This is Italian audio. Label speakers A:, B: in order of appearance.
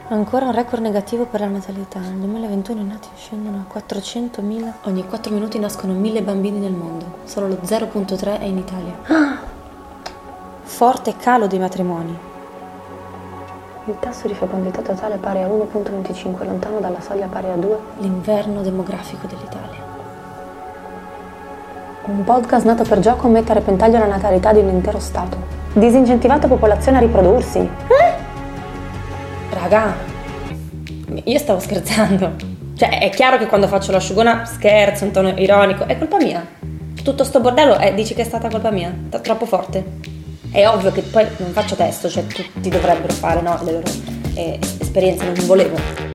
A: Ancora un record negativo per la natalità. Nel 2021 i nati scendono a 400.000. Ogni 4 minuti nascono 1.000 bambini nel mondo. Solo lo 0,3 è in Italia. Forte calo dei matrimoni.
B: Il tasso di fecondità totale pari a 1,25, lontano dalla soglia pari a 2.
A: L'inverno demografico dell'Italia.
B: Un podcast nato per gioco mette a repentaglio la natalità di un intero stato. Disincentivata popolazione a riprodursi.
A: Raga, io stavo scherzando. Cioè, è chiaro che quando faccio l'asciugona scherzo, un tono ironico. È colpa mia. Tutto sto bordello, dici che è stata colpa mia? Troppo forte. È ovvio che poi non faccio testo, cioè tutti dovrebbero fare, no, le loro esperienze, non volevo.